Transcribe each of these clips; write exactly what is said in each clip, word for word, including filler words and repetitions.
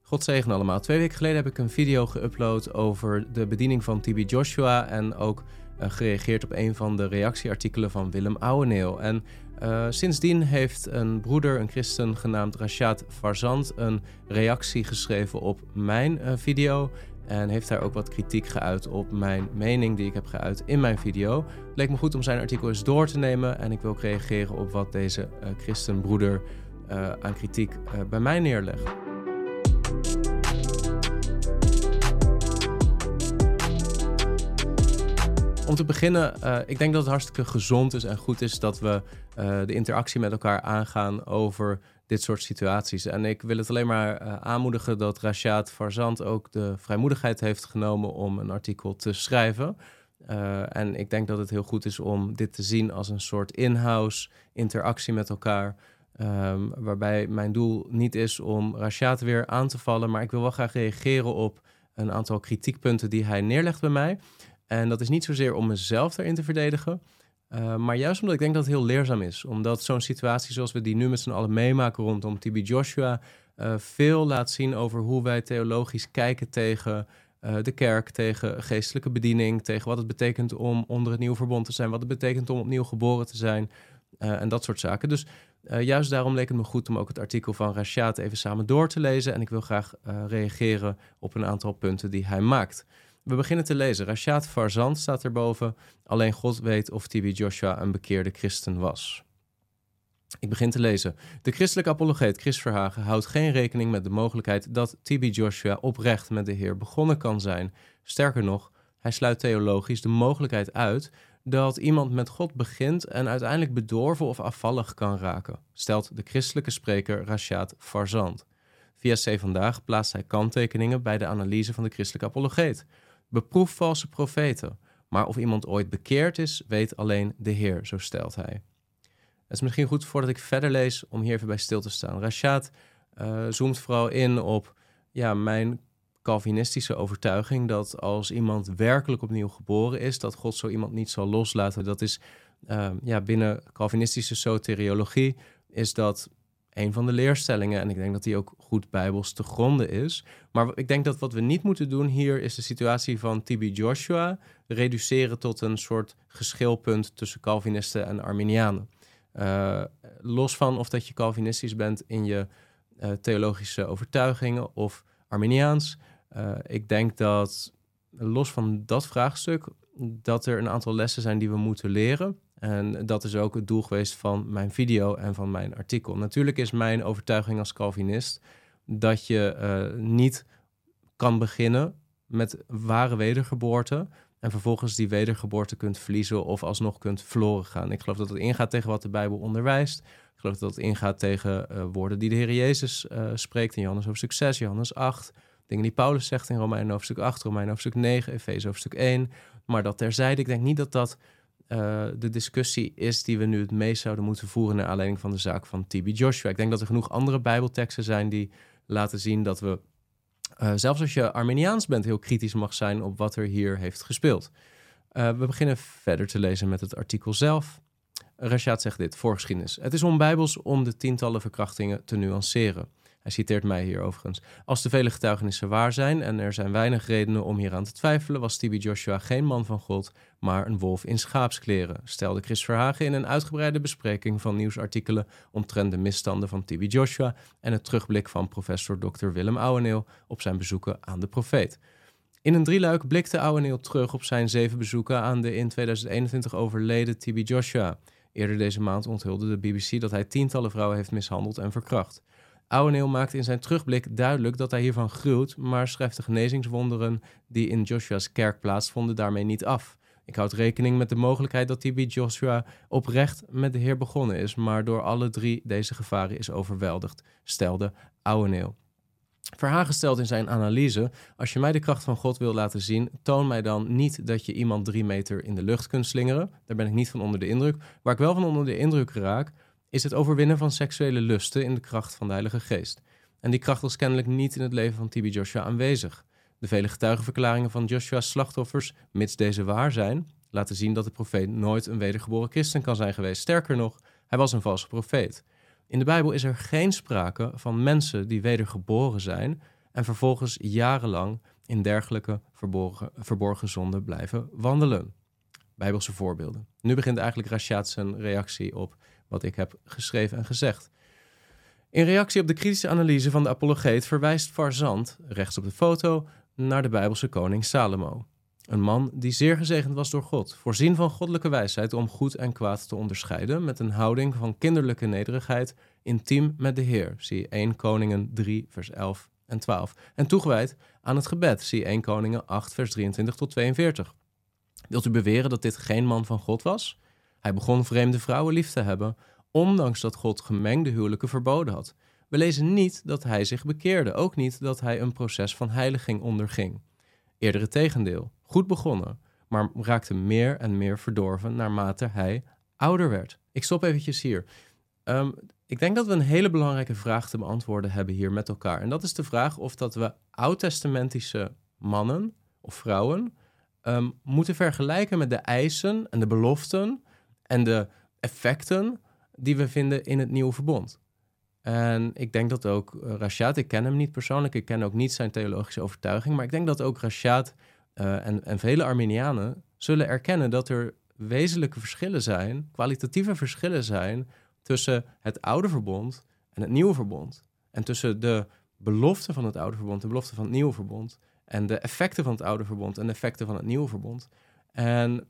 God zegen allemaal. Twee weken geleden heb ik een video geüpload over de bediening van T B Joshua en ook uh, gereageerd op een van de reactieartikelen van Willem Ouweneel. En uh, sindsdien heeft een broeder, een christen genaamd Rashad Farzand, een reactie geschreven op mijn uh, video en heeft daar ook wat kritiek geuit op mijn mening die ik heb geuit in mijn video. Het leek me goed om zijn artikel eens door te nemen en ik wil ook reageren op wat deze uh, christenbroeder uh, aan kritiek uh, bij mij neerlegt. Om te beginnen, uh, ik denk dat het hartstikke gezond is en goed is dat we uh, de interactie met elkaar aangaan over dit soort situaties. En ik wil het alleen maar uh, aanmoedigen dat Rashad Farzand ook de vrijmoedigheid heeft genomen om een artikel te schrijven. Uh, en ik denk dat het heel goed is om dit te zien als een soort in-house interactie met elkaar. Um, waarbij mijn doel niet is om Rashad weer aan te vallen, maar ik wil wel graag reageren op een aantal kritiekpunten die hij neerlegt bij mij. En dat is niet zozeer om mezelf daarin te verdedigen, uh, maar juist omdat ik denk dat het heel leerzaam is. Omdat zo'n situatie zoals we die nu met z'n allen meemaken rondom T B Joshua uh, veel laat zien over hoe wij theologisch kijken tegen uh, de kerk, tegen geestelijke bediening, tegen wat het betekent om onder het nieuwe verbond te zijn, wat het betekent om opnieuw geboren te zijn uh, en dat soort zaken. Dus uh, juist daarom leek het me goed om ook het artikel van Rashad even samen door te lezen en ik wil graag uh, reageren op een aantal punten die hij maakt. We beginnen te lezen. Rashad Farzand staat erboven. Alleen God weet of T B Joshua een bekeerde christen was. Ik begin te lezen. De christelijke apologeet Chris Verhagen houdt geen rekening met de mogelijkheid dat T B Joshua oprecht met de Heer begonnen kan zijn. Sterker nog, hij sluit theologisch de mogelijkheid uit dat iemand met God begint en uiteindelijk bedorven of afvallig kan raken, stelt de christelijke spreker Rashad Farzand. Via C Vandaag plaatst hij kanttekeningen bij de analyse van de christelijke apologeet. Beproef valse profeten, maar of iemand ooit bekeerd is, weet alleen de Heer, zo stelt hij. Het is misschien goed voordat ik verder lees om hier even bij stil te staan. Rashad uh, zoomt vooral in op ja, mijn Calvinistische overtuiging dat als iemand werkelijk opnieuw geboren is, dat God zo iemand niet zal loslaten. Dat is uh, ja, binnen Calvinistische soteriologie is dat een van de leerstellingen en ik denk dat die ook goed bijbels te gronden is. Maar ik denk dat wat we niet moeten doen hier is de situatie van T B Joshua reduceren tot een soort geschilpunt tussen Calvinisten en Arminianen. Uh, los van of dat je Calvinistisch bent in je uh, theologische overtuigingen of Arminiaans. Uh, ik denk dat los van dat vraagstuk dat er een aantal lessen zijn die we moeten leren. En dat is ook het doel geweest van mijn video en van mijn artikel. Natuurlijk is mijn overtuiging als Calvinist dat je uh, niet kan beginnen met ware wedergeboorte en vervolgens die wedergeboorte kunt verliezen of alsnog kunt verloren gaan. Ik geloof dat het ingaat tegen wat de Bijbel onderwijst. Ik geloof dat het ingaat tegen uh, woorden die de Heer Jezus uh, spreekt in Johannes hoofdstuk zes, Johannes acht. Dingen die Paulus zegt in Romeinen hoofdstuk acht, Romeinen hoofdstuk negen, Efeze hoofdstuk één. Maar dat terzijde, ik denk niet dat dat Uh, de discussie is die we nu het meest zouden moeten voeren naar aanleiding van de zaak van T B Joshua. Ik denk dat er genoeg andere Bijbelteksten zijn die laten zien dat we, uh, zelfs als je Arminiaans bent, heel kritisch mag zijn op wat er hier heeft gespeeld. Uh, we beginnen verder te lezen met het artikel zelf. Rashad zegt dit, voorgeschiedenis. Het is onbijbels om de tientallen verkrachtingen te nuanceren. Hij citeert mij hier overigens. Als de vele getuigenissen waar zijn en er zijn weinig redenen om hieraan te twijfelen, was T B Joshua geen man van God, maar een wolf in schaapskleren, stelde Chris Verhagen in een uitgebreide bespreking van nieuwsartikelen omtrent de misstanden van T B Joshua en het terugblik van professor dokter Willem Ouweneel op zijn bezoeken aan de profeet. In een drieluik blikte Ouweneel terug op zijn zeven bezoeken aan de in tweeduizend eenentwintig overleden T B Joshua. Eerder deze maand onthulde de B B C dat hij tientallen vrouwen heeft mishandeld en verkracht. Ouweneel maakt in zijn terugblik duidelijk dat hij hiervan gruwt, maar schrijft de genezingswonderen die in Joshua's kerk plaatsvonden daarmee niet af. Ik houd rekening met de mogelijkheid dat T B Joshua oprecht met de Heer begonnen is, maar door alle drie deze gevaren is overweldigd, stelde Ouweneel. Verhagen stelt in zijn analyse, als je mij de kracht van God wil laten zien, toon mij dan niet dat je iemand drie meter in de lucht kunt slingeren. Daar ben ik niet van onder de indruk. Waar ik wel van onder de indruk raak, is het overwinnen van seksuele lusten in de kracht van de Heilige Geest. En die kracht was kennelijk niet in het leven van T B Joshua aanwezig. De vele getuigenverklaringen van Joshua's slachtoffers, mits deze waar zijn, laten zien dat de profeet nooit een wedergeboren christen kan zijn geweest. Sterker nog, hij was een valse profeet. In de Bijbel is er geen sprake van mensen die wedergeboren zijn en vervolgens jarenlang in dergelijke verborgen, verborgen zonden blijven wandelen. Bijbelse voorbeelden. Nu begint eigenlijk Rashad zijn reactie op wat ik heb geschreven en gezegd. In reactie op de kritische analyse van de apologeet verwijst Farzand, rechts op de foto, naar de Bijbelse koning Salomo. Een man die zeer gezegend was door God, voorzien van goddelijke wijsheid om goed en kwaad te onderscheiden, met een houding van kinderlijke nederigheid, intiem met de Heer. Zie Eerste Koningen drie, vers elf en twaalf. En toegewijd aan het gebed. Zie Eerste Koningen acht, vers drieëntwintig tot tweeënveertig. Wilt u beweren dat dit geen man van God was? Hij begon vreemde vrouwen lief te hebben, ondanks dat God gemengde huwelijken verboden had. We lezen niet dat hij zich bekeerde, ook niet dat hij een proces van heiliging onderging. Eerder het tegendeel, goed begonnen, maar raakte meer en meer verdorven naarmate hij ouder werd. Ik stop eventjes hier. Um, ik denk dat we een hele belangrijke vraag te beantwoorden hebben hier met elkaar. En dat is de vraag of dat we oud-testamentische mannen of vrouwen um, moeten vergelijken met de eisen en de beloften en de effecten die we vinden in het Nieuwe Verbond. En ik denk dat ook uh, Rashad, ik ken hem niet persoonlijk, ik ken ook niet zijn theologische overtuiging, maar ik denk dat ook Rashad uh, en, en vele Arminianen zullen erkennen dat er wezenlijke verschillen zijn, kwalitatieve verschillen zijn tussen het oude verbond en het nieuwe verbond. En tussen de beloften van het oude verbond, de beloften van het nieuwe verbond, en de effecten van het oude verbond en de effecten van het nieuwe verbond. En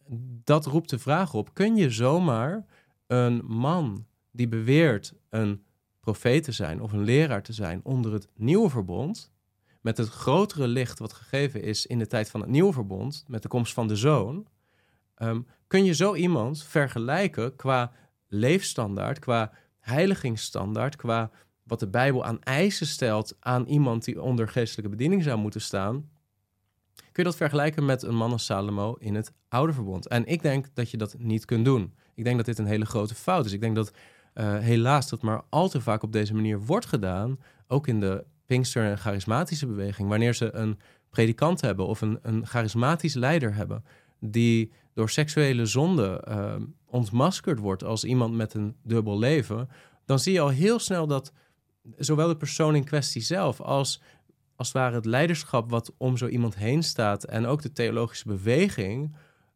dat roept de vraag op, kun je zomaar een man die beweert een profeet te zijn of een leraar te zijn onder het nieuwe verbond, met het grotere licht wat gegeven is in de tijd van het nieuwe verbond, met de komst van de Zoon, um, kun je zo iemand vergelijken qua leefstandaard, qua heiligingsstandaard, qua wat de Bijbel aan eisen stelt aan iemand die onder geestelijke bediening zou moeten staan, kun je dat vergelijken met een man als Salomo in het oude verbond. En ik denk dat je dat niet kunt doen. Ik denk dat dit een hele grote fout is. Ik denk dat uh, helaas dat maar al te vaak op deze manier wordt gedaan, ook in de Pinkster- en charismatische beweging, wanneer ze een predikant hebben of een, een charismatisch leider hebben, die door seksuele zonde uh, ontmaskerd wordt als iemand met een dubbel leven, dan zie je al heel snel dat zowel de persoon in kwestie zelf als als het ware het leiderschap wat om zo iemand heen staat en ook de theologische beweging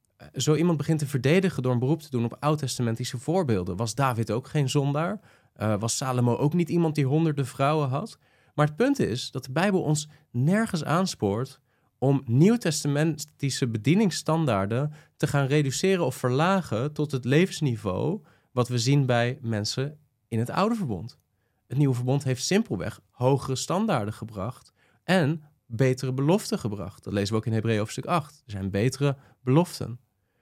zo iemand begint te verdedigen door een beroep te doen op oud-testamentische voorbeelden. Was David ook geen zondaar? Uh, was Salomo ook niet iemand die honderden vrouwen had? Maar het punt is dat de Bijbel ons nergens aanspoort om nieuwtestamentische bedieningsstandaarden te gaan reduceren of verlagen tot het levensniveau wat we zien bij mensen in het oude verbond. Het nieuwe verbond heeft simpelweg hogere standaarden gebracht en betere beloften gebracht. Dat lezen we ook in Hebreeën hoofdstuk acht. Er zijn betere beloften.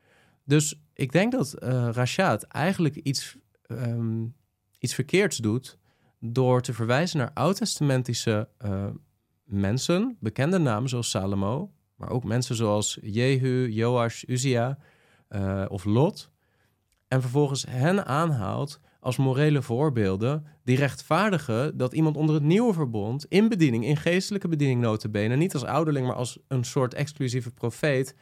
Dus ik denk dat uh, Rashad eigenlijk iets, um, iets verkeerds doet door te verwijzen naar oud-testamentische uh, mensen, bekende namen zoals Salomo, maar ook mensen zoals Jehu, Joash, Uzia uh, of Lot, en vervolgens hen aanhaalt als morele voorbeelden die rechtvaardigen dat iemand onder het nieuwe verbond in bediening, in geestelijke bediening nota bene, niet als ouderling, maar als een soort exclusieve profeet,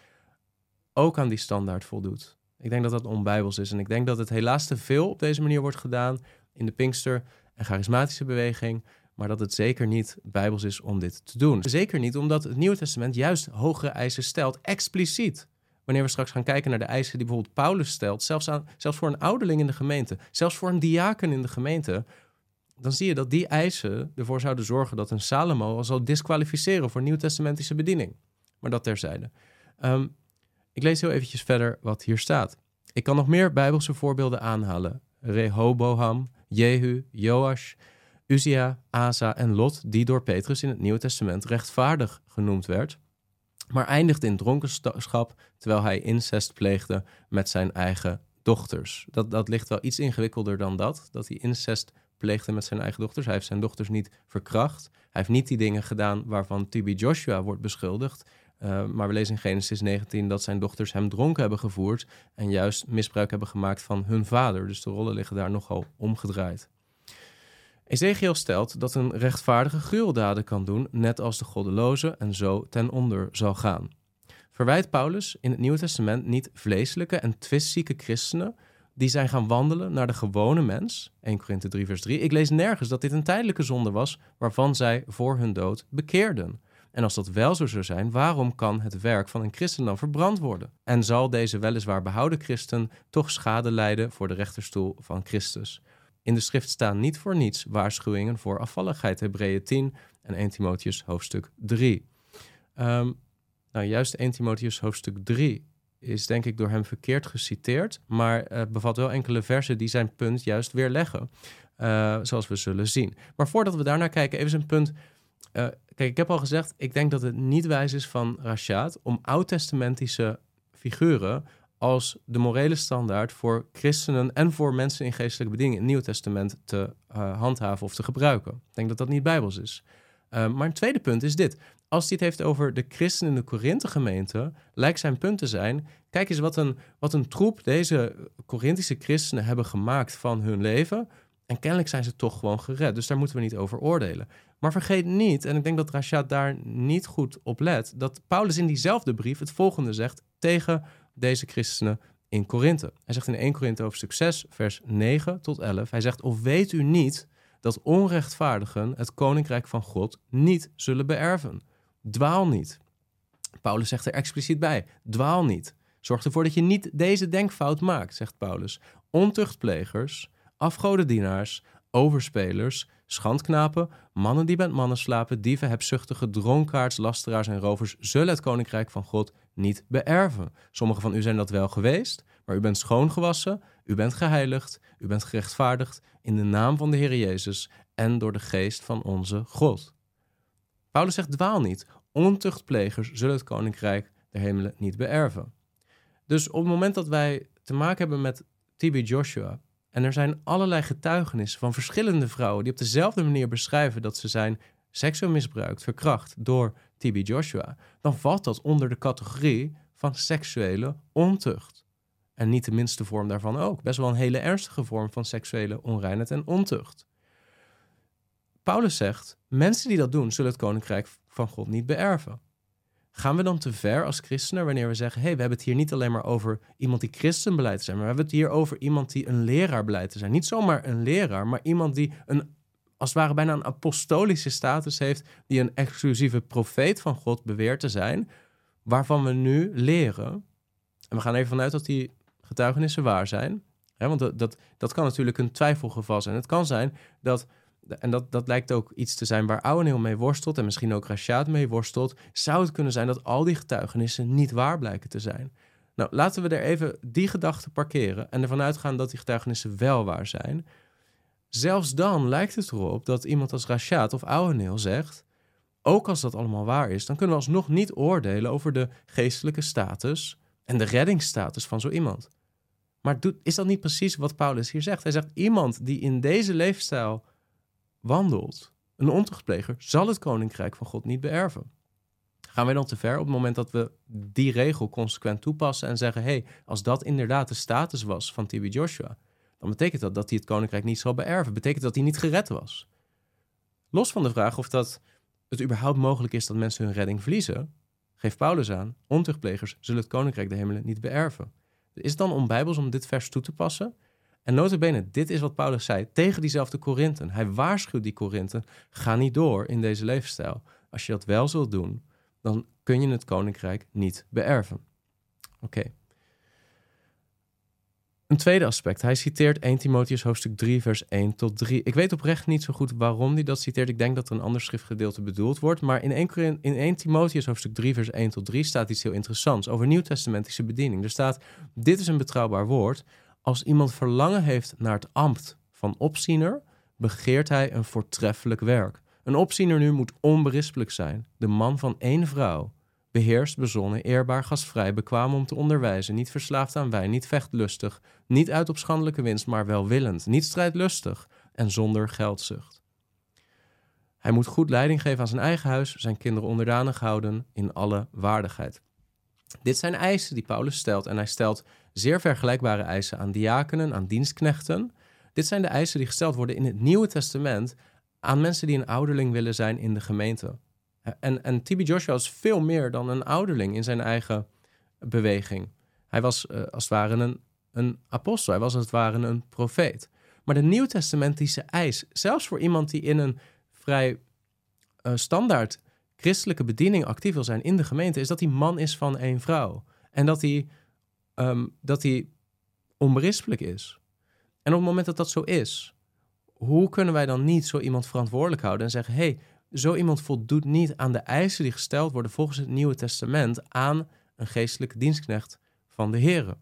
ook aan die standaard voldoet. Ik denk dat dat onbijbels is en ik denk dat het helaas te veel op deze manier wordt gedaan in de Pinkster- en charismatische beweging, maar dat het zeker niet bijbels is om dit te doen. Zeker niet omdat het Nieuwe Testament juist hogere eisen stelt, expliciet. Wanneer we straks gaan kijken naar de eisen die bijvoorbeeld Paulus stelt, zelfs, aan, zelfs voor een ouderling in de gemeente, zelfs voor een diaken in de gemeente, dan zie je dat die eisen ervoor zouden zorgen dat een Salomo al zal disqualificeren voor nieuwtestamentische bediening. Maar dat terzijde. Um, ik lees heel eventjes verder wat hier staat. Ik kan nog meer bijbelse voorbeelden aanhalen. Rehoboam, Jehu, Joash, Uzia, Asa en Lot, die door Petrus in het Nieuwe Testament rechtvaardig genoemd werd, maar eindigde in dronkenschap terwijl hij incest pleegde met zijn eigen dochters. Dat, dat ligt wel iets ingewikkelder dan dat, dat hij incest pleegde met zijn eigen dochters. Hij heeft zijn dochters niet verkracht. Hij heeft niet die dingen gedaan waarvan T B Joshua wordt beschuldigd. Uh, maar we lezen in Genesis negentien dat zijn dochters hem dronken hebben gevoerd en juist misbruik hebben gemaakt van hun vader. Dus de rollen liggen daar nogal omgedraaid. Ezekiel stelt dat een rechtvaardige gruweldaden kan doen, net als de goddeloze, en zo ten onder zal gaan. Verwijt Paulus in het Nieuwe Testament niet vleeselijke en twistzieke christenen die zijn gaan wandelen naar de gewone mens. Eerste Korinthe drie vers drie. Ik lees nergens dat dit een tijdelijke zonde was waarvan zij voor hun dood bekeerden. En als dat wel zo zou zijn, waarom kan het werk van een christen dan verbrand worden? En zal deze weliswaar behouden christen toch schade lijden voor de rechterstoel van Christus? In de schrift staan niet voor niets waarschuwingen voor afvalligheid. Hebreeën tien en Eerste Timotheüs hoofdstuk drie. Um, nou, juist Eerste Timotheüs hoofdstuk drie is denk ik door hem verkeerd geciteerd, maar uh, bevat wel enkele versen die zijn punt juist weerleggen, uh, zoals we zullen zien. Maar voordat we daarnaar kijken, even een punt. Uh, kijk, ik heb al gezegd, ik denk dat het niet wijs is van Rashad om oud-testamentische figuren als de morele standaard voor christenen en voor mensen in geestelijke bediening in het Nieuwe Testament te uh, handhaven of te gebruiken. Ik denk dat dat niet bijbels is. Uh, maar een tweede punt is dit. Als hij het heeft over de christenen in de Korinthe-gemeente, lijkt zijn punt te zijn, kijk eens wat een, wat een troep deze Korinthische christenen hebben gemaakt van hun leven. En kennelijk zijn ze toch gewoon gered. Dus daar moeten we niet over oordelen. Maar vergeet niet, en ik denk dat Rashad daar niet goed op let, dat Paulus in diezelfde brief het volgende zegt tegen deze christenen in Korinthe. Hij zegt in Eerste Korinthe hoofdstuk zes, vers negen tot elf. Hij zegt, of weet u niet dat onrechtvaardigen het koninkrijk van God niet zullen beërven? Dwaal niet. Paulus zegt er expliciet bij, dwaal niet. Zorg ervoor dat je niet deze denkfout maakt, zegt Paulus. Ontuchtplegers, afgodendienaars, overspelers, schandknapen, mannen die met mannen slapen, dieven, hebzuchtigen, dronkaards, lasteraars en rovers zullen het koninkrijk van God niet beërven. Sommigen van u zijn dat wel geweest, maar u bent schoongewassen, u bent geheiligd, u bent gerechtvaardigd in de naam van de Heer Jezus en door de geest van onze God. Paulus zegt, dwaal niet. Ontuchtplegers zullen het koninkrijk der hemelen niet beërven. Dus op het moment dat wij te maken hebben met T B Joshua, en er zijn allerlei getuigenissen van verschillende vrouwen die op dezelfde manier beschrijven dat ze zijn seksueel misbruikt, verkracht door T B Joshua, dan valt dat onder de categorie van seksuele ontucht. En niet de minste vorm daarvan ook. Best wel een hele ernstige vorm van seksuele onreinheid en ontucht. Paulus zegt, mensen die dat doen, zullen het koninkrijk van God niet beërven. Gaan we dan te ver als christenen wanneer we zeggen, hey, we hebben het hier niet alleen maar over iemand die christen blijkt te zijn, maar we hebben het hier over iemand die een leraar blijkt te zijn. Niet zomaar een leraar, maar iemand die een, als het ware bijna een apostolische status heeft, die een exclusieve profeet van God beweert te zijn, waarvan we nu leren. En we gaan even vanuit dat die getuigenissen waar zijn. Hè, want dat, dat, dat kan natuurlijk een twijfelgeval zijn. Het kan zijn dat, en dat, dat lijkt ook iets te zijn waar Ouweneel mee worstelt en misschien ook Rashad mee worstelt, zou het kunnen zijn dat al die getuigenissen niet waar blijken te zijn. Nou, laten we er even die gedachte parkeren en ervan uitgaan dat die getuigenissen wel waar zijn. Zelfs dan lijkt het erop dat iemand als Rashad of Ouweneel zegt, ook als dat allemaal waar is, dan kunnen we alsnog niet oordelen over de geestelijke status en de reddingsstatus van zo iemand. Maar is dat niet precies wat Paulus hier zegt? Hij zegt, iemand die in deze leefstijl wandelt, een ontuchtpleger, zal het koninkrijk van God niet beërven. Gaan wij dan te ver op het moment dat we die regel consequent toepassen en zeggen, hé, hey, als dat inderdaad de status was van T B Joshua, dan betekent dat dat hij het koninkrijk niet zal beërven. Betekent dat hij niet gered was. Los van de vraag of dat het überhaupt mogelijk is dat mensen hun redding verliezen, geeft Paulus aan, ontuchtplegers zullen het koninkrijk der hemelen niet beërven. Is het dan onbijbels om dit vers toe te passen? En nota bene, dit is wat Paulus zei tegen diezelfde Korinthen. Hij waarschuwt die Korinthen, ga niet door in deze levensstijl. Als je dat wel zult doen, dan kun je het koninkrijk niet beërven. Oké. Okay. Een tweede aspect. Hij citeert Eerste Timotheüs hoofdstuk drie, vers één tot drie. Ik weet oprecht niet zo goed waarom hij dat citeert. Ik denk dat er een ander schriftgedeelte bedoeld wordt. Maar in Eerste Timotheüs hoofdstuk drie, vers één tot drie staat iets heel interessants over nieuwtestamentische bediening. Er staat, dit is een betrouwbaar woord. Als iemand verlangen heeft naar het ambt van opziener, begeert hij een voortreffelijk werk. Een opziener nu moet onberispelijk zijn, de man van één vrouw, beheerst, bezonnen, eerbaar, gastvrij, bekwaam om te onderwijzen, niet verslaafd aan wijn, niet vechtlustig, niet uit op schandelijke winst, maar welwillend, niet strijdlustig en zonder geldzucht. Hij moet goed leiding geven aan zijn eigen huis, zijn kinderen onderdanig houden in alle waardigheid. Dit zijn eisen die Paulus stelt en hij stelt zeer vergelijkbare eisen aan diakenen, aan dienstknechten. Dit zijn de eisen die gesteld worden in het Nieuwe Testament aan mensen die een ouderling willen zijn in de gemeente. En, en T B Joshua is veel meer dan een ouderling in zijn eigen beweging. Hij was uh, als het ware een, een apostel. Hij was als het ware een profeet. Maar de nieuwtestamentische eis, zelfs voor iemand die in een vrij uh, standaard christelijke bediening actief wil zijn in de gemeente, is dat hij man is van één vrouw. En dat hij, um, dat hij onberispelijk is. En op het moment dat dat zo is, hoe kunnen wij dan niet zo iemand verantwoordelijk houden en zeggen, hé, hey, zo iemand voldoet niet aan de eisen die gesteld worden volgens het Nieuwe Testament aan een geestelijke dienstknecht van de Here.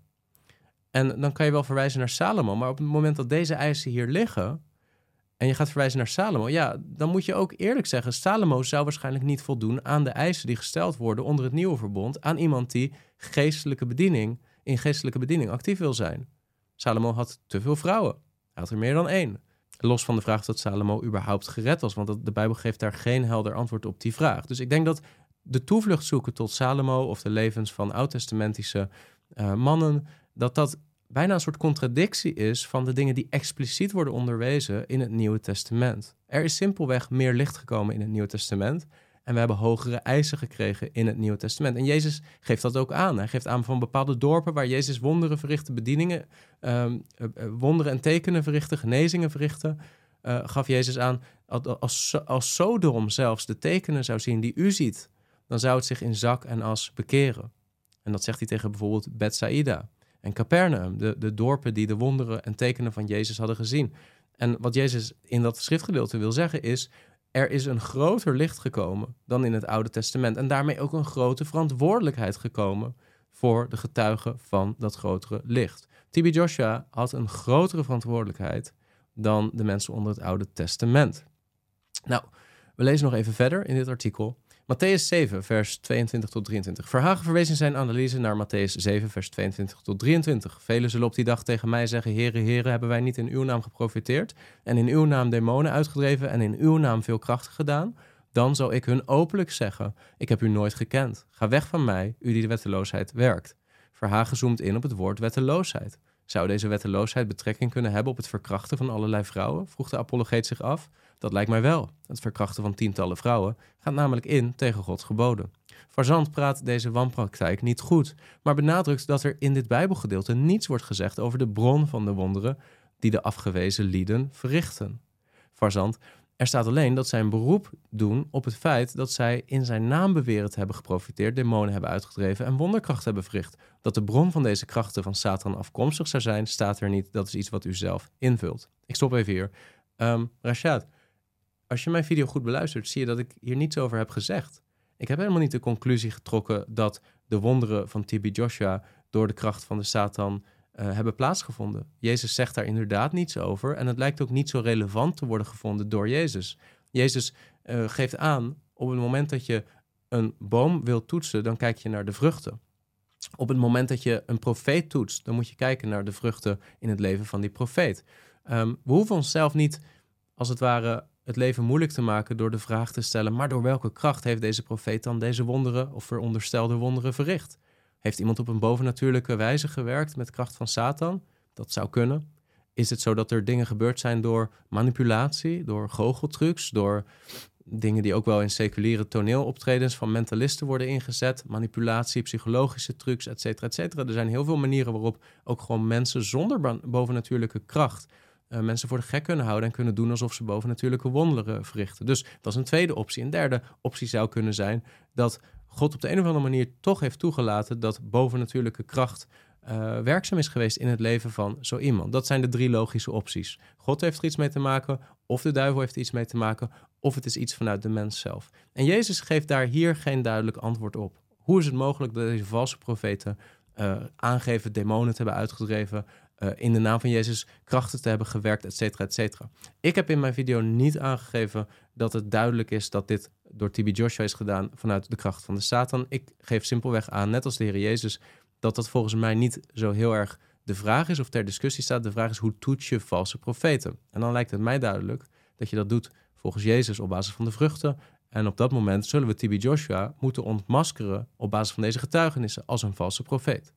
En dan kan je wel verwijzen naar Salomo, maar op het moment dat deze eisen hier liggen en je gaat verwijzen naar Salomo, ja, dan moet je ook eerlijk zeggen, Salomo zou waarschijnlijk niet voldoen aan de eisen die gesteld worden onder het nieuwe verbond aan iemand die geestelijke bediening, in geestelijke bediening actief wil zijn. Salomo had te veel vrouwen. Hij had er meer dan één. Los van de vraag dat Salomo überhaupt gered was, want de Bijbel geeft daar geen helder antwoord op die vraag. Dus ik denk dat de toevlucht zoeken tot Salomo of de levens van oud-testamentische uh, mannen, dat dat bijna een soort contradictie is van de dingen die expliciet worden onderwezen in het Nieuwe Testament. Er is simpelweg meer licht gekomen in het Nieuwe Testament en we hebben hogere eisen gekregen in het Nieuwe Testament. En Jezus geeft dat ook aan. Hij geeft aan van bepaalde dorpen waar Jezus wonderen verrichtte, bedieningen, um, uh, wonderen en tekenen verrichtte, genezingen verrichtte. Uh, gaf Jezus aan, als, als Sodom zelfs de tekenen zou zien die u ziet, dan zou het zich in zak en as bekeren. En dat zegt hij tegen bijvoorbeeld Bethsaida en Capernaum, de, de dorpen die de wonderen en tekenen van Jezus hadden gezien. En wat Jezus in dat schriftgedeelte wil zeggen is, er is een groter licht gekomen dan in het Oude Testament. En daarmee ook een grote verantwoordelijkheid gekomen voor de getuigen van dat grotere licht. T B Joshua had een grotere verantwoordelijkheid dan de mensen onder het Oude Testament. Nou, we lezen nog even verder in dit artikel. Matthäus zeven, vers tweeëntwintig tot drieëntwintig. Verhagen verwees in zijn analyse naar Matthäus zeven, vers tweeëntwintig tot drieëntwintig. Velen zullen op die dag tegen mij zeggen, Heere, Heere, hebben wij niet in uw naam geprofeteerd en in uw naam demonen uitgedreven en in uw naam veel krachten gedaan? Dan zal ik hun openlijk zeggen, ik heb u nooit gekend. Ga weg van mij, u die de wetteloosheid werkt. Verhagen zoomt in op het woord wetteloosheid. Zou deze wetteloosheid betrekking kunnen hebben op het verkrachten van allerlei vrouwen? Vroeg de apologeet zich af. Dat lijkt mij wel. Het verkrachten van tientallen vrouwen gaat namelijk in tegen Gods geboden. Fazant praat deze wanpraktijk niet goed, maar benadrukt dat er in dit Bijbelgedeelte niets wordt gezegd over de bron van de wonderen die de afgewezen lieden verrichten. Fazant, er staat alleen dat zij een beroep doen op het feit dat zij in zijn naam beweren te hebben geprofiteerd, demonen hebben uitgedreven en wonderkracht hebben verricht. Dat de bron van deze krachten van Satan afkomstig zou zijn, staat er niet. Dat is iets wat u zelf invult. Ik stop even hier. Um, Rashad, als je mijn video goed beluistert, zie je dat ik hier niets over heb gezegd. Ik heb helemaal niet de conclusie getrokken dat de wonderen van T B Joshua door de kracht van de Satan uh, hebben plaatsgevonden. Jezus zegt daar inderdaad niets over en het lijkt ook niet zo relevant te worden gevonden door Jezus. Jezus uh, geeft aan, op het moment dat je een boom wilt toetsen, dan kijk je naar de vruchten. Op het moment dat je een profeet toetst, dan moet je kijken naar de vruchten in het leven van die profeet. Um, we hoeven onszelf niet, als het ware, het leven moeilijk te maken door de vraag te stellen, maar door welke kracht heeft deze profeet dan deze wonderen of veronderstelde wonderen verricht? Heeft iemand op een bovennatuurlijke wijze gewerkt met kracht van Satan? Dat zou kunnen. Is het zo dat er dingen gebeurd zijn door manipulatie, door goocheltrucs, door dingen die ook wel in seculiere toneeloptredens van mentalisten worden ingezet, manipulatie, psychologische trucs, et cetera, et cetera. Er zijn heel veel manieren waarop ook gewoon mensen zonder bovennatuurlijke kracht Uh, mensen voor de gek kunnen houden en kunnen doen alsof ze bovennatuurlijke wonderen verrichten. Dus dat is een tweede optie. Een derde optie zou kunnen zijn dat God op de een of andere manier toch heeft toegelaten dat bovennatuurlijke kracht uh, werkzaam is geweest in het leven van zo iemand. Dat zijn de drie logische opties. God heeft er iets mee te maken, of de duivel heeft er iets mee te maken, of het is iets vanuit de mens zelf. En Jezus geeft daar hier geen duidelijk antwoord op. Hoe is het mogelijk dat deze valse profeten uh, aangeven demonen te hebben uitgedreven, Uh, in de naam van Jezus krachten te hebben gewerkt, et cetera, et cetera. Ik heb in mijn video niet aangegeven dat het duidelijk is dat dit door T B Joshua is gedaan vanuit de kracht van de Satan. Ik geef simpelweg aan, net als de Heer Jezus, dat dat volgens mij niet zo heel erg de vraag is of ter discussie staat. De vraag is, hoe toets je valse profeten? En dan lijkt het mij duidelijk dat je dat doet volgens Jezus op basis van de vruchten. En op dat moment zullen we T B Joshua moeten ontmaskeren op basis van deze getuigenissen als een valse profeet.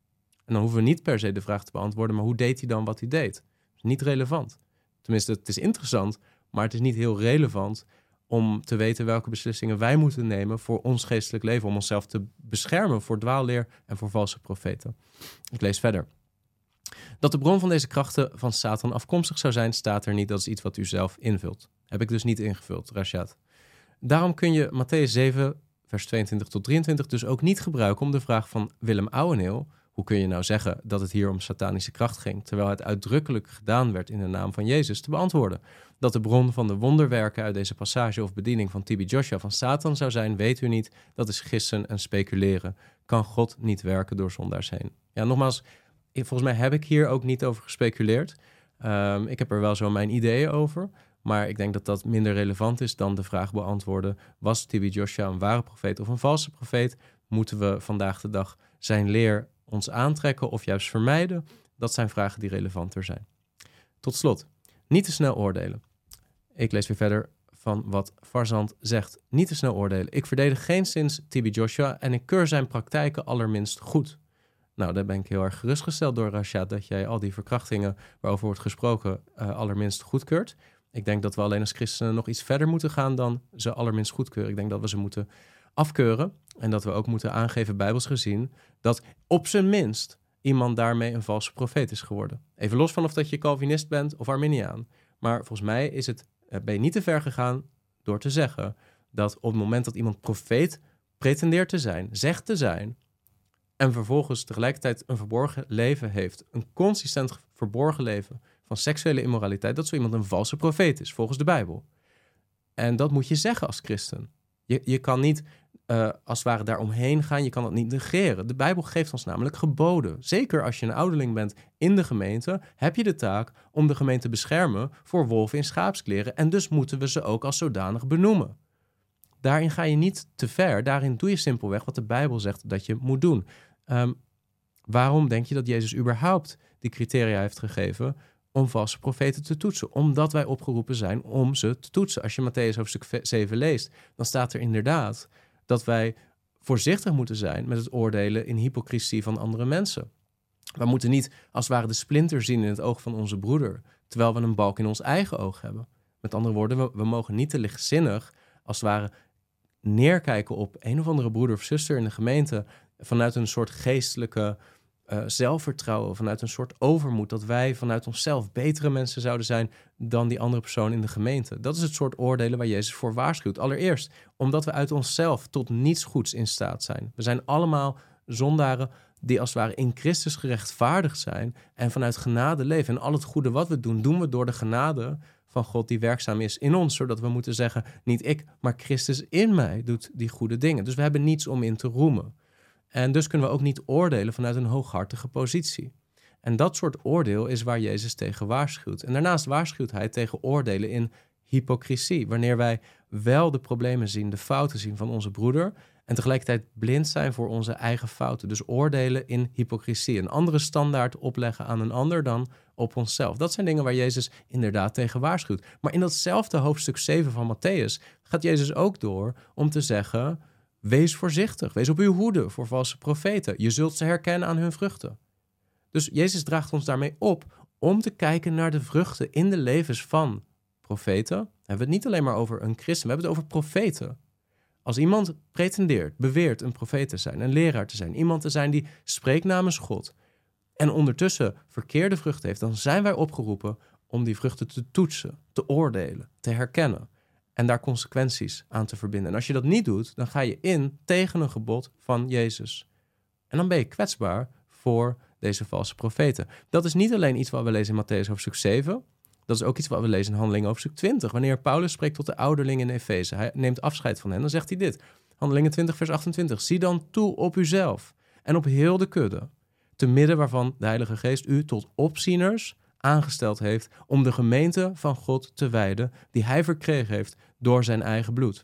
En dan hoeven we niet per se de vraag te beantwoorden, maar hoe deed hij dan wat hij deed? Dat is niet relevant. Tenminste, het is interessant, maar het is niet heel relevant om te weten welke beslissingen wij moeten nemen voor ons geestelijk leven, om onszelf te beschermen voor dwaalleer en voor valse profeten. Ik lees verder. Dat de bron van deze krachten van Satan afkomstig zou zijn, staat er niet. Dat is iets wat u zelf invult. Heb ik dus niet ingevuld, Rashad. Daarom kun je Mattheüs zeven, vers tweeëntwintig tot drieëntwintig dus ook niet gebruiken om de vraag van Willem Ouweneel, hoe kun je nou zeggen dat het hier om satanische kracht ging, terwijl het uitdrukkelijk gedaan werd in de naam van Jezus, te beantwoorden. Dat de bron van de wonderwerken uit deze passage of bediening van T B Joshua van Satan zou zijn, weet u niet. Dat is gissen en speculeren. Kan God niet werken door zondaars heen? Ja, nogmaals, volgens mij heb ik hier ook niet over gespeculeerd. Um, ik heb er wel zo mijn ideeën over. Maar ik denk dat dat minder relevant is dan de vraag beantwoorden. Was T B Joshua een ware profeet of een valse profeet? Moeten we vandaag de dag zijn leer ons aantrekken of juist vermijden? Dat zijn vragen die relevanter zijn. Tot slot, niet te snel oordelen. Ik lees weer verder van wat Farzand zegt. Niet te snel oordelen. Ik verdedig geenszins T B Joshua en ik keur zijn praktijken allerminst goed. Nou, daar ben ik heel erg gerustgesteld door, Rashad, dat jij al die verkrachtingen waarover wordt gesproken uh, allerminst goedkeurt. Ik denk dat we alleen als christenen nog iets verder moeten gaan dan ze allerminst goedkeuren. Ik denk dat we ze moeten afkeuren en dat we ook moeten aangeven, bijbels gezien, dat op zijn minst iemand daarmee een valse profeet is geworden. Even los van of dat je Calvinist bent of Arminiaan. Maar volgens mij is het, ben je niet te ver gegaan door te zeggen dat op het moment dat iemand profeet pretendeert te zijn, zegt te zijn, en vervolgens tegelijkertijd een verborgen leven heeft, een consistent verborgen leven van seksuele immoraliteit, dat zo iemand een valse profeet is, volgens de Bijbel. En dat moet je zeggen als christen. Je, je kan niet uh, als het ware daar omheen gaan, je kan dat niet negeren. De Bijbel geeft ons namelijk geboden. Zeker als je een ouderling bent in de gemeente, heb je de taak om de gemeente te beschermen voor wolven in schaapskleren. En dus moeten we ze ook als zodanig benoemen. Daarin ga je niet te ver. Daarin doe je simpelweg wat de Bijbel zegt dat je moet doen. Um, waarom denk je dat Jezus überhaupt die criteria heeft gegeven om valse profeten te toetsen? Omdat wij opgeroepen zijn om ze te toetsen. Als je Mattheüs hoofdstuk zeven leest, dan staat er inderdaad dat wij voorzichtig moeten zijn met het oordelen in hypocrisie van andere mensen. We moeten niet als het ware de splinter zien in het oog van onze broeder, terwijl we een balk in ons eigen oog hebben. Met andere woorden, we, we mogen niet te lichtzinnig als het ware neerkijken op een of andere broeder of zuster in de gemeente vanuit een soort geestelijke uh, zelfvertrouwen, vanuit een soort overmoed, dat wij vanuit onszelf betere mensen zouden zijn dan die andere persoon in de gemeente. Dat is het soort oordelen waar Jezus voor waarschuwt. Allereerst, omdat we uit onszelf tot niets goeds in staat zijn. We zijn allemaal zondaren die als het ware in Christus gerechtvaardigd zijn en vanuit genade leven. En al het goede wat we doen, doen we door de genade van God die werkzaam is in ons, zodat we moeten zeggen, niet ik, maar Christus in mij doet die goede dingen. Dus we hebben niets om in te roemen. En dus kunnen we ook niet oordelen vanuit een hooghartige positie. En dat soort oordeel is waar Jezus tegen waarschuwt. En daarnaast waarschuwt hij tegen oordelen in hypocrisie. Wanneer wij wel de problemen zien, de fouten zien van onze broeder en tegelijkertijd blind zijn voor onze eigen fouten. Dus oordelen in hypocrisie. Een andere standaard opleggen aan een ander dan op onszelf. Dat zijn dingen waar Jezus inderdaad tegen waarschuwt. Maar in datzelfde hoofdstuk zeven van Mattheüs gaat Jezus ook door om te zeggen, wees voorzichtig, wees op uw hoede voor valse profeten. Je zult ze herkennen aan hun vruchten. Dus Jezus draagt ons daarmee op om te kijken naar de vruchten in de levens van profeten. Dan hebben we het niet alleen maar over een christen, we hebben het over profeten. Als iemand pretendeert, beweert een profeet te zijn, een leraar te zijn, iemand te zijn die spreekt namens God en ondertussen verkeerde vruchten heeft, dan zijn wij opgeroepen om die vruchten te toetsen, te oordelen, te herkennen en daar consequenties aan te verbinden. En als je dat niet doet, dan ga je in tegen een gebod van Jezus. En dan ben je kwetsbaar voor deze valse profeten. Dat is niet alleen iets wat we lezen in Mattheüs hoofdstuk zeven. Dat is ook iets wat we lezen in Handelingen hoofdstuk twintig. Wanneer Paulus spreekt tot de ouderlingen in Efeze. Hij neemt afscheid van hen. Dan zegt hij dit. Handelingen twintig vers achtentwintig. Zie dan toe op uzelf en op heel de kudde, te midden waarvan de Heilige Geest u tot opzieners aangesteld heeft om de gemeente van God te wijden die hij verkregen heeft door zijn eigen bloed.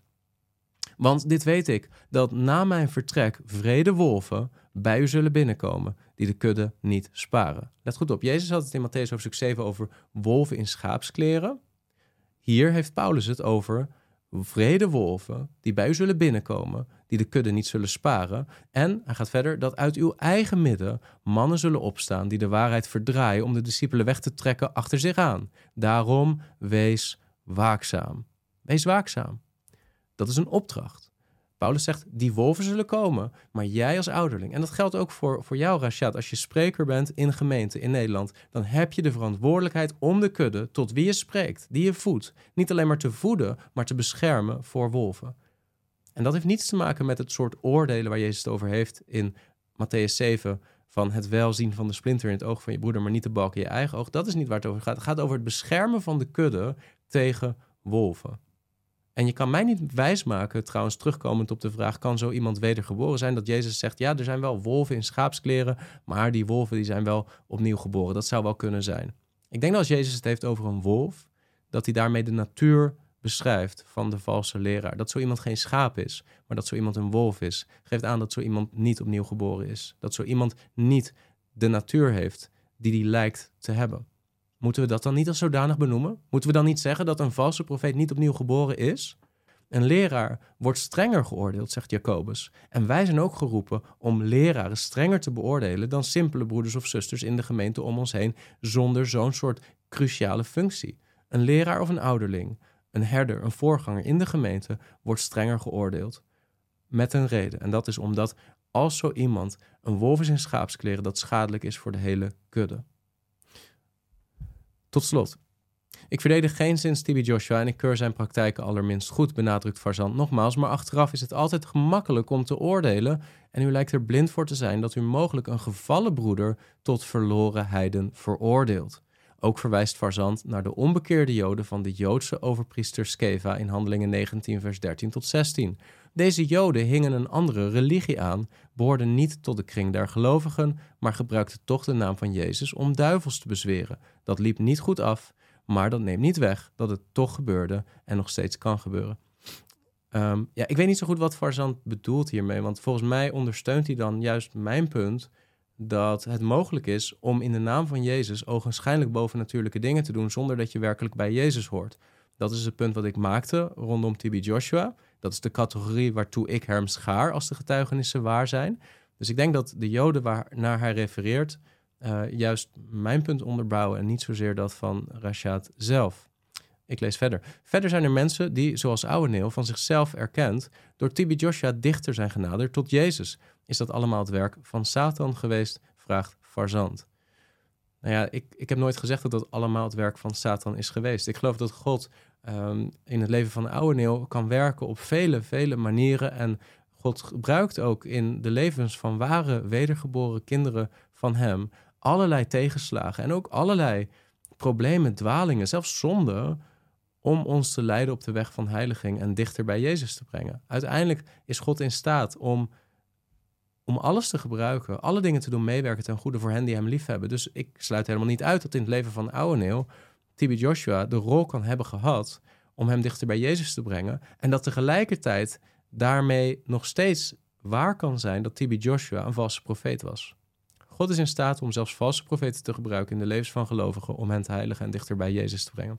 Want dit weet ik, dat na mijn vertrek vrede wolven bij u zullen binnenkomen, die de kudde niet sparen. Let goed op, Jezus had het in Mattheüs hoofdstuk zeven over wolven in schaapskleren. Hier heeft Paulus het over vrede wolven die bij u zullen binnenkomen, die de kudde niet zullen sparen. En hij gaat verder, dat uit uw eigen midden mannen zullen opstaan die de waarheid verdraaien om de discipelen weg te trekken achter zich aan. Daarom wees waakzaam. Wees waakzaam. Dat is een opdracht. Paulus zegt, die wolven zullen komen, maar jij als ouderling. En dat geldt ook voor, voor jou, Rashad. Als je spreker bent in gemeente in Nederland, dan heb je de verantwoordelijkheid om de kudde tot wie je spreekt, die je voedt. Niet alleen maar te voeden, maar te beschermen voor wolven. En dat heeft niets te maken met het soort oordelen waar Jezus het over heeft in Mattheüs zeven... van het welzien van de splinter in het oog van je broeder, maar niet de balk in je eigen oog. Dat is niet waar het over gaat. Het gaat over het beschermen van de kudde tegen wolven. En je kan mij niet wijsmaken, trouwens terugkomend op de vraag, kan zo iemand wedergeboren zijn? Dat Jezus zegt, ja, er zijn wel wolven in schaapskleren, maar die wolven die zijn wel opnieuw geboren. Dat zou wel kunnen zijn. Ik denk dat als Jezus het heeft over een wolf, dat hij daarmee de natuur beschrijft van de valse leraar. Dat zo iemand geen schaap is, maar dat zo iemand een wolf is. Geeft aan dat zo iemand niet opnieuw geboren is. Dat zo iemand niet de natuur heeft die die lijkt te hebben. Moeten we dat dan niet als zodanig benoemen? Moeten we dan niet zeggen dat een valse profeet niet opnieuw geboren is? Een leraar wordt strenger geoordeeld, zegt Jacobus. En wij zijn ook geroepen om leraren strenger te beoordelen dan simpele broeders of zusters in de gemeente om ons heen, zonder zo'n soort cruciale functie. Een leraar of een ouderling, een herder, een voorganger in de gemeente wordt strenger geoordeeld. Met een reden. En dat is omdat als zo iemand een wolf is in schaapskleren, dat schadelijk is voor de hele kudde. Tot slot. Ik verdedig geenszins T B Joshua en ik keur zijn praktijken allerminst goed, benadrukt Farzand nogmaals, maar achteraf is het altijd gemakkelijk om te oordelen en u lijkt er blind voor te zijn dat u mogelijk een gevallen broeder tot verloren heiden veroordeelt. Ook verwijst Farzand naar de onbekeerde Joden van de Joodse overpriester Skeva in Handelingen negentien vers dertien tot zestien. Deze Joden hingen een andere religie aan, behoorden niet tot de kring der gelovigen, maar gebruikten toch de naam van Jezus om duivels te bezweren. Dat liep niet goed af, maar dat neemt niet weg dat het toch gebeurde en nog steeds kan gebeuren. Um, ja, ik weet niet zo goed wat Farzand bedoelt hiermee, want volgens mij ondersteunt hij dan juist mijn punt dat het mogelijk is om in de naam van Jezus ogenschijnlijk bovennatuurlijke dingen te doen zonder dat je werkelijk bij Jezus hoort. Dat is het punt wat ik maakte rondom T B Joshua. Dat is de categorie waartoe ik hem schaar als de getuigenissen waar zijn. Dus ik denk dat de Joden waarnaar hij refereert uh, juist mijn punt onderbouwen en niet zozeer dat van Rashad zelf. Ik lees verder. Verder zijn er mensen die, zoals Ouweneel, van zichzelf erkent door T B Joshua dichter zijn genaderd tot Jezus. Is dat allemaal het werk van Satan geweest? Vraagt Farzand. Nou ja, ik, ik heb nooit gezegd dat dat allemaal het werk van Satan is geweest. Ik geloof dat God um, in het leven van Ouweneel kan werken op vele, vele manieren. En God gebruikt ook in de levens van ware wedergeboren kinderen van hem allerlei tegenslagen en ook allerlei problemen, dwalingen, zelfs zonde, om ons te leiden op de weg van heiliging en dichter bij Jezus te brengen. Uiteindelijk is God in staat om, om alles te gebruiken, alle dingen te doen meewerken ten goede voor hen die hem lief hebben. Dus ik sluit helemaal niet uit dat in het leven van Ouweneel T B Joshua de rol kan hebben gehad om hem dichter bij Jezus te brengen en dat tegelijkertijd daarmee nog steeds waar kan zijn dat T B Joshua een valse profeet was. God is in staat om zelfs valse profeten te gebruiken in de levens van gelovigen om hen te heiligen en dichter bij Jezus te brengen.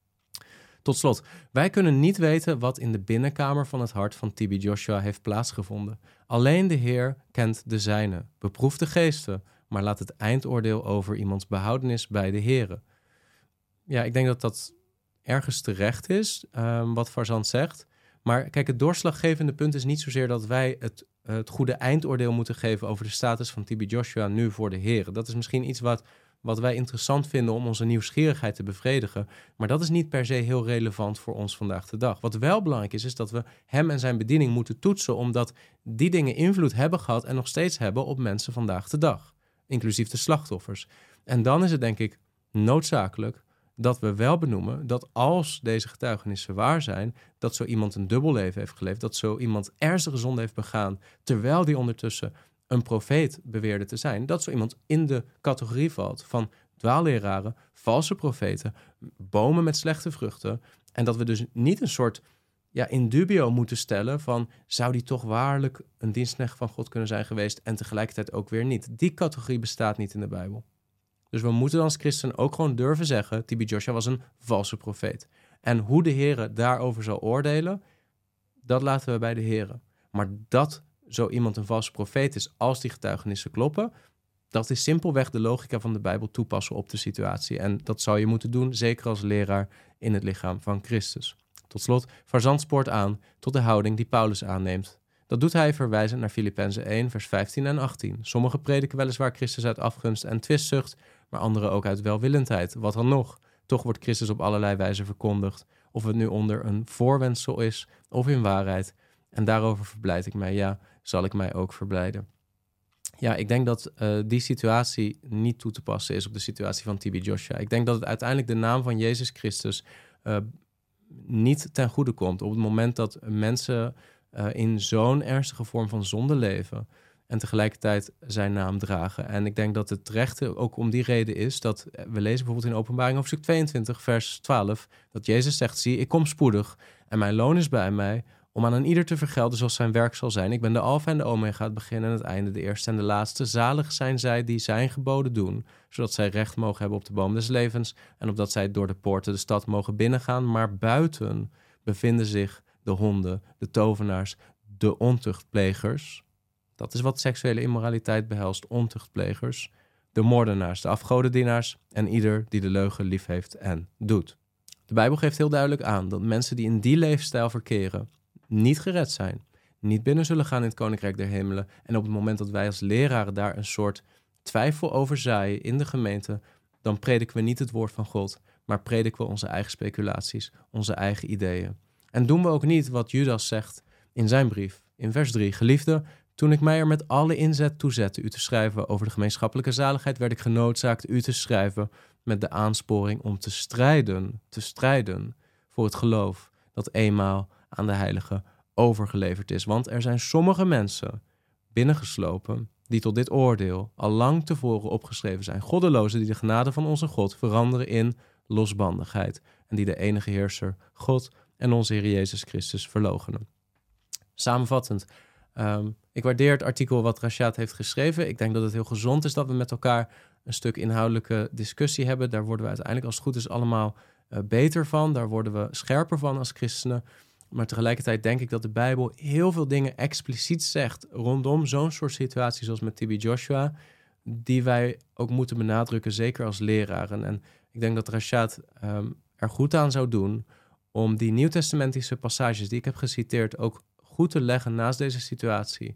Tot slot, wij kunnen niet weten wat in de binnenkamer van het hart van T B Joshua heeft plaatsgevonden. Alleen de Heer kent de zijne. Beproef de geesten, maar laat het eindoordeel over iemands behoudenis bij de Here. Ja, ik denk dat dat ergens terecht is, um, wat Farzand zegt. Maar kijk, het doorslaggevende punt is niet zozeer dat wij het, uh, het goede eindoordeel moeten geven over de status van T B Joshua nu voor de Here. Dat is misschien iets wat, wat wij interessant vinden om onze nieuwsgierigheid te bevredigen. Maar dat is niet per se heel relevant voor ons vandaag de dag. Wat wel belangrijk is, is dat we hem en zijn bediening moeten toetsen, omdat die dingen invloed hebben gehad en nog steeds hebben op mensen vandaag de dag. Inclusief de slachtoffers. En dan is het denk ik noodzakelijk dat we wel benoemen dat als deze getuigenissen waar zijn, dat zo iemand een dubbel leven heeft geleefd, dat zo iemand ernstige zonde heeft begaan, terwijl die ondertussen een profeet beweerde te zijn, dat zo iemand in de categorie valt van dwaalleraren, valse profeten, bomen met slechte vruchten, en dat we dus niet een soort ja, in dubio moeten stellen van, zou die toch waarlijk een dienstknecht van God kunnen zijn geweest en tegelijkertijd ook weer niet. Die categorie bestaat niet in de Bijbel. Dus we moeten dan als christen ook gewoon durven zeggen, T B Joshua was een valse profeet. En hoe de Heere daarover zal oordelen, dat laten we bij de Heere. Maar dat zo iemand een valse profeet is als die getuigenissen kloppen, dat is simpelweg de logica van de Bijbel toepassen op de situatie. En dat zou je moeten doen, zeker als leraar in het lichaam van Christus. Tot slot, Farzand spoort aan tot de houding die Paulus aanneemt Dat doet hij verwijzend naar Filippenzen één, vers vijftien en achttien. Sommigen prediken weliswaar Christus uit afgunst en twistzucht, maar anderen ook uit welwillendheid. Wat dan nog? Toch wordt Christus op allerlei wijzen verkondigd, of het nu onder een voorwendsel is of in waarheid. En daarover verblijd ik mij, ja, zal ik mij ook verblijden. Ja, ik denk dat uh, die situatie niet toe te passen is op de situatie van T B Joshua. Ik denk dat het uiteindelijk de naam van Jezus Christus uh, niet ten goede komt. Op het moment dat mensen uh, in zo'n ernstige vorm van zonde leven en tegelijkertijd zijn naam dragen. En ik denk dat het terechte ook om die reden is dat we lezen bijvoorbeeld in Openbaring hoofdstuk tweeëntwintig, vers twaalf, dat Jezus zegt, zie, ik kom spoedig en mijn loon is bij mij, om aan een ieder te vergelden zoals zijn werk zal zijn. Ik ben de Alfa en de Omega, het begin en het einde, de eerste en de laatste. Zalig zijn zij die zijn geboden doen, zodat zij recht mogen hebben op de boom des levens en opdat zij door de poorten de stad mogen binnengaan. Maar buiten bevinden zich de honden, de tovenaars, de ontuchtplegers. Dat is wat seksuele immoraliteit behelst, ontuchtplegers. De moordenaars, de afgodendienaars en ieder die de leugen lief heeft en doet. De Bijbel geeft heel duidelijk aan dat mensen die in die leefstijl verkeren niet gered zijn, niet binnen zullen gaan in het Koninkrijk der Hemelen. En op het moment dat wij als leraren daar een soort twijfel over zaaien in de gemeente, dan prediken we niet het woord van God, maar prediken we onze eigen speculaties, onze eigen ideeën. En doen we ook niet wat Judas zegt in zijn brief, in vers drie. Geliefde, toen ik mij er met alle inzet toe zette u te schrijven over de gemeenschappelijke zaligheid, werd ik genoodzaakt u te schrijven met de aansporing om te strijden, te strijden voor het geloof dat eenmaal aan de heiligen overgeleverd is. Want er zijn sommige mensen binnengeslopen die tot dit oordeel al lang tevoren opgeschreven zijn. Goddelozen die de genade van onze God veranderen in losbandigheid en die de enige heerser, God en onze Heer Jezus Christus verloochenen. Samenvattend, um, ik waardeer het artikel wat Rashad heeft geschreven. Ik denk dat het heel gezond is dat we met elkaar een stuk inhoudelijke discussie hebben. Daar worden we uiteindelijk als het goed is allemaal uh, beter van. Daar worden we scherper van als christenen. Maar tegelijkertijd denk ik dat de Bijbel heel veel dingen expliciet zegt rondom zo'n soort situaties zoals met T B Joshua, die wij ook moeten benadrukken, zeker als leraren. En ik denk dat Rashad um, er goed aan zou doen om die nieuwtestamentische passages die ik heb geciteerd ook goed te leggen naast deze situatie.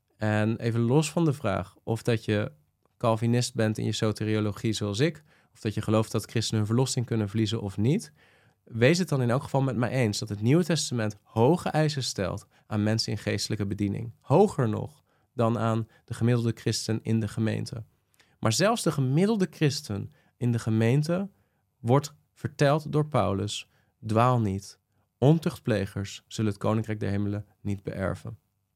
En even los van de vraag of dat je Calvinist bent in je soteriologie zoals ik, of dat je gelooft dat christenen hun verlossing kunnen verliezen of niet, wees het dan in elk geval met mij eens dat het Nieuwe Testament hoge eisen stelt aan mensen in geestelijke bediening. Hoger nog dan aan de gemiddelde christen in de gemeente. Maar zelfs de gemiddelde christen in de gemeente wordt verteld door Paulus, dwaal niet. Ontuchtplegers zullen het Koninkrijk der Hemelen niet beërven.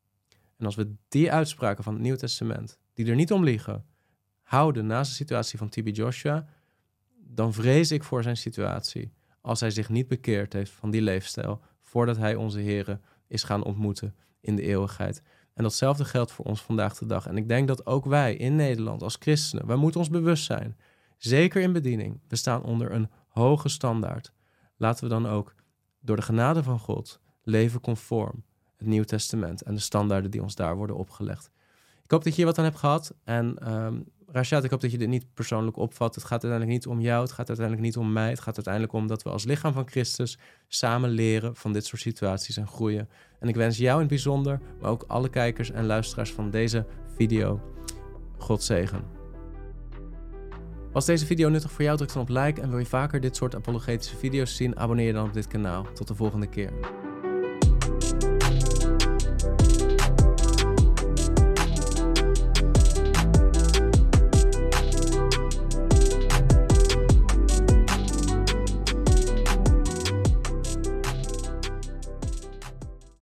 En als we die uitspraken van het Nieuwe Testament, die er niet om liegen, houden naast de situatie van T B Joshua, dan vrees ik voor zijn situatie als hij zich niet bekeerd heeft van die leefstijl voordat hij onze Here is gaan ontmoeten in de eeuwigheid. En datzelfde geldt voor ons vandaag de dag. En ik denk dat ook wij in Nederland als christenen, wij moeten ons bewust zijn, zeker in bediening, we staan onder een hoge standaard. Laten we dan ook door de genade van God leven conform het Nieuw Testament en de standaarden die ons daar worden opgelegd. Ik hoop dat je hier wat aan hebt gehad. En um, Rashad, ik hoop dat je dit niet persoonlijk opvat. Het gaat uiteindelijk niet om jou, het gaat uiteindelijk niet om mij. Het gaat uiteindelijk om dat we als lichaam van Christus samen leren van dit soort situaties en groeien. En ik wens jou in het bijzonder, maar ook alle kijkers en luisteraars van deze video, God zegen. Was deze video nuttig voor jou? Druk dan op like en wil je vaker dit soort apologetische video's zien? Abonneer je dan op dit kanaal. Tot de volgende keer.